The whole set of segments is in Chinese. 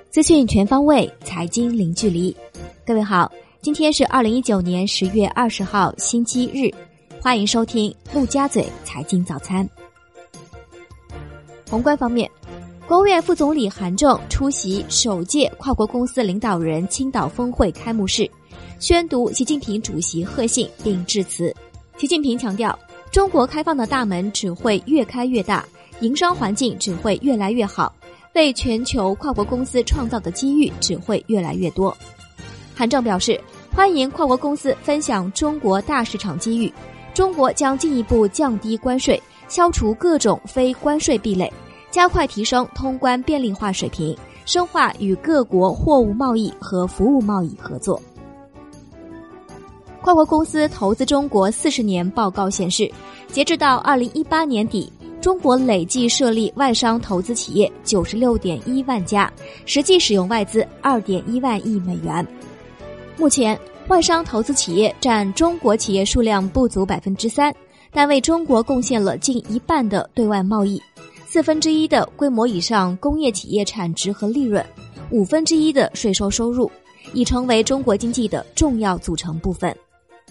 资讯全方位，财经零距离。各位好，今天是2019年10月20号星期日，欢迎收听陆家嘴财经早餐。宏观方面，国务院副总理韩正出席首届跨国公司领导人青岛峰会开幕式，宣读习近平主席贺信并致辞。习近平强调，中国开放的大门只会越开越大，营商环境只会越来越好，为全球跨国公司创造的机遇只会越来越多。韩正表示，欢迎跨国公司分享中国大市场机遇，中国将进一步降低关税，消除各种非关税壁垒，加快提升通关便利化水平，深化与各国货物贸易和服务贸易合作。跨国公司投资中国40年报告显示，截至到2018年底，中国累计设立外商投资企业 96.1 万家，实际使用外资 2.1 万亿美元。目前，外商投资企业占中国企业数量不足 3%， 但为中国贡献了近一半的对外贸易，1/4的规模以上工业企业产值和利润，1/5的税收收入，已成为中国经济的重要组成部分。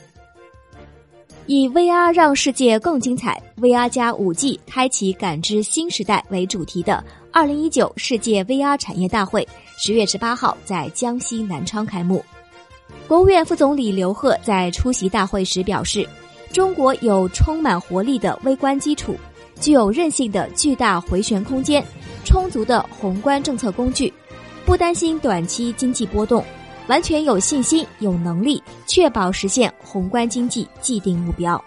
以 VR 让世界更精彩 VR 加 5G 开启感知新时代为主题的2019世界 VR 产业大会10月18号在江西南昌开幕。国务院副总理刘鹤在出席大会时表示，中国有充满活力的微观基础，具有韧性的巨大回旋空间，充足的宏观政策工具，不担心短期经济波动，完全有信心有能力确保实现宏观经济既定目标。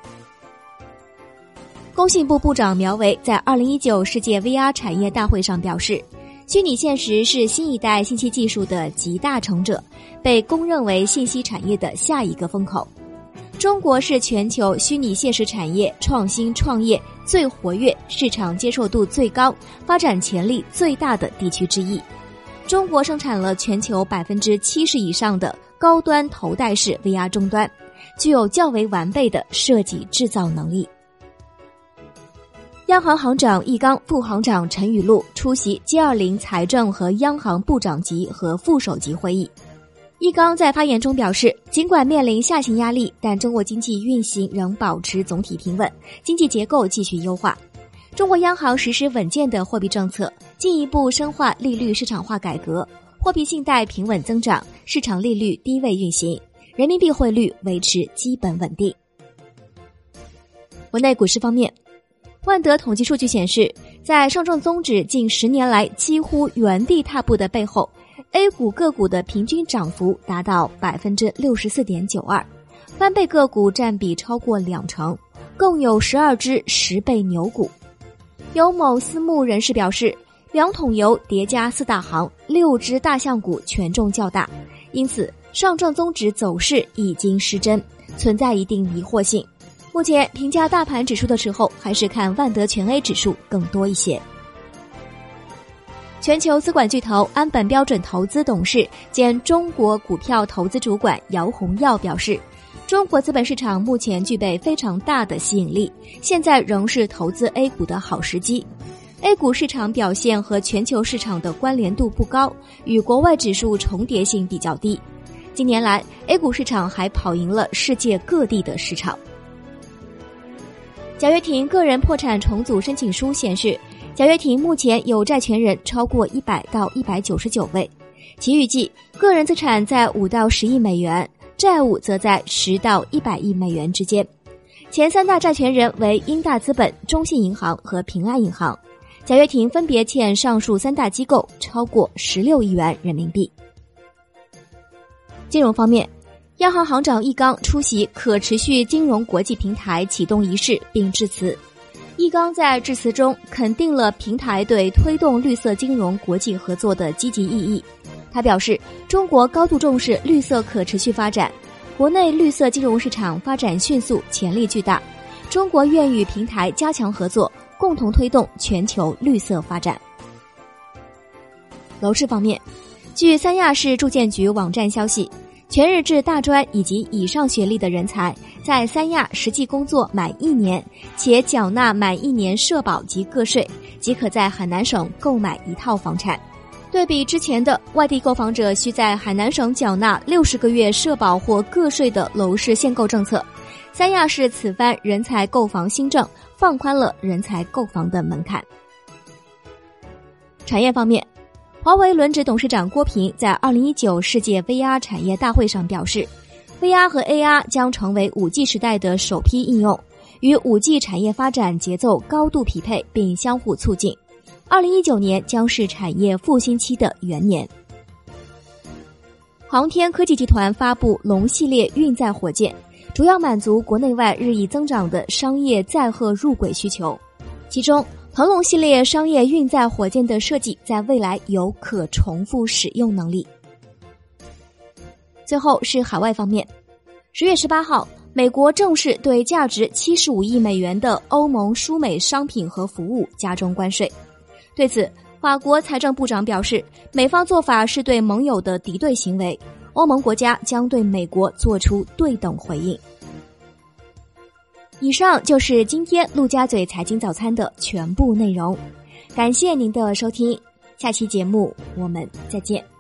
工信部部长苗圩在2019世界 VR 产业大会上表示，虚拟现实是新一代信息技术的集大成者，被公认为信息产业的下一个风口。中国是全球虚拟现实产业创新创业最活跃、市场接受度最高、发展潜力最大的地区之一。中国生产了全球 70% 以上的高端头戴式 VR 终端，具有较为完备的设计制造能力。央行行长易纲、副行长陈雨露出席 G20 财政和央行部长级和副手级会议。易纲在发言中表示，尽管面临下行压力，但中国经济运行仍保持总体平稳，经济结构继续优化。中国央行实施稳健的货币政策，进一步深化利率市场化改革，货币信贷平稳增长，市场利率低位运行，人民币汇率维持基本稳定。国内股市方面，万德统计数据显示，在上证综指近10年来几乎原地踏步的背后， A 股个股的平均涨幅达到 64.92%， 翻倍个股占比超过20%，共有12只10倍牛股。有某私募人士表示，2桶油叠加4大行，6只大象股权重较大，因此上证综指走势已经失真，存在一定迷惑性。目前评价大盘指数的时候，还是看万德全 A 指数更多一些。全球资管巨头安本标准投资董事兼中国股票投资主管姚宏耀表示，中国资本市场目前具备非常大的吸引力，现在仍是投资 A 股的好时机。A 股市场表现和全球市场的关联度不高，与国外指数重叠性比较低。近年来 A 股市场还跑赢了世界各地的市场。贾跃亭个人破产重组申请书显示，贾跃亭目前有债权人超过100到199位，其预计个人资产在5到10亿美元，债务则在10到100亿美元之间。前3大债权人为英大资本、中信银行和平安银行，贾跃亭分别欠上述3大机构超过16亿元人民币。金融方面，央行行长易纲出席可持续金融国际平台启动仪式并致辞。易纲在致辞中肯定了平台对推动绿色金融国际合作的积极意义。他表示，中国高度重视绿色可持续发展，国内绿色金融市场发展迅速，潜力巨大，中国愿与平台加强合作，共同推动全球绿色发展。楼市方面，据三亚市住建局网站消息，全日制大专以及以上学历的人才在三亚实际工作满1年，且缴纳满1年社保及个税，即可在海南省购买1套房产。 对比之前的外地购房者需在海南省缴纳60个月社保或个税的楼市限购政策，三亚市此番人才购房新政放宽了人才购房的门槛。产业方面，华为轮值董事长郭平在2019世界 VR 产业大会上表示， VR 和 AR 将成为 5G 时代的首批应用，与 5G 产业发展节奏高度匹配并相互促进。2019年将是产业复兴期的元年。航天科技集团发布龙系列运载火箭，主要满足国内外日益增长的商业载荷入轨需求。其中，腾龙系列商业运载火箭的设计在未来有可重复使用能力。最后是海外方面，10月18号，美国正式对价值75亿美元的欧盟输美商品和服务加征关税。对此，法国财政部长表示，美方做法是对盟友的敌对行为，欧盟国家将对美国做出对等回应。以上就是今天陆家嘴财经早餐的全部内容，感谢您的收听，下期节目我们再见。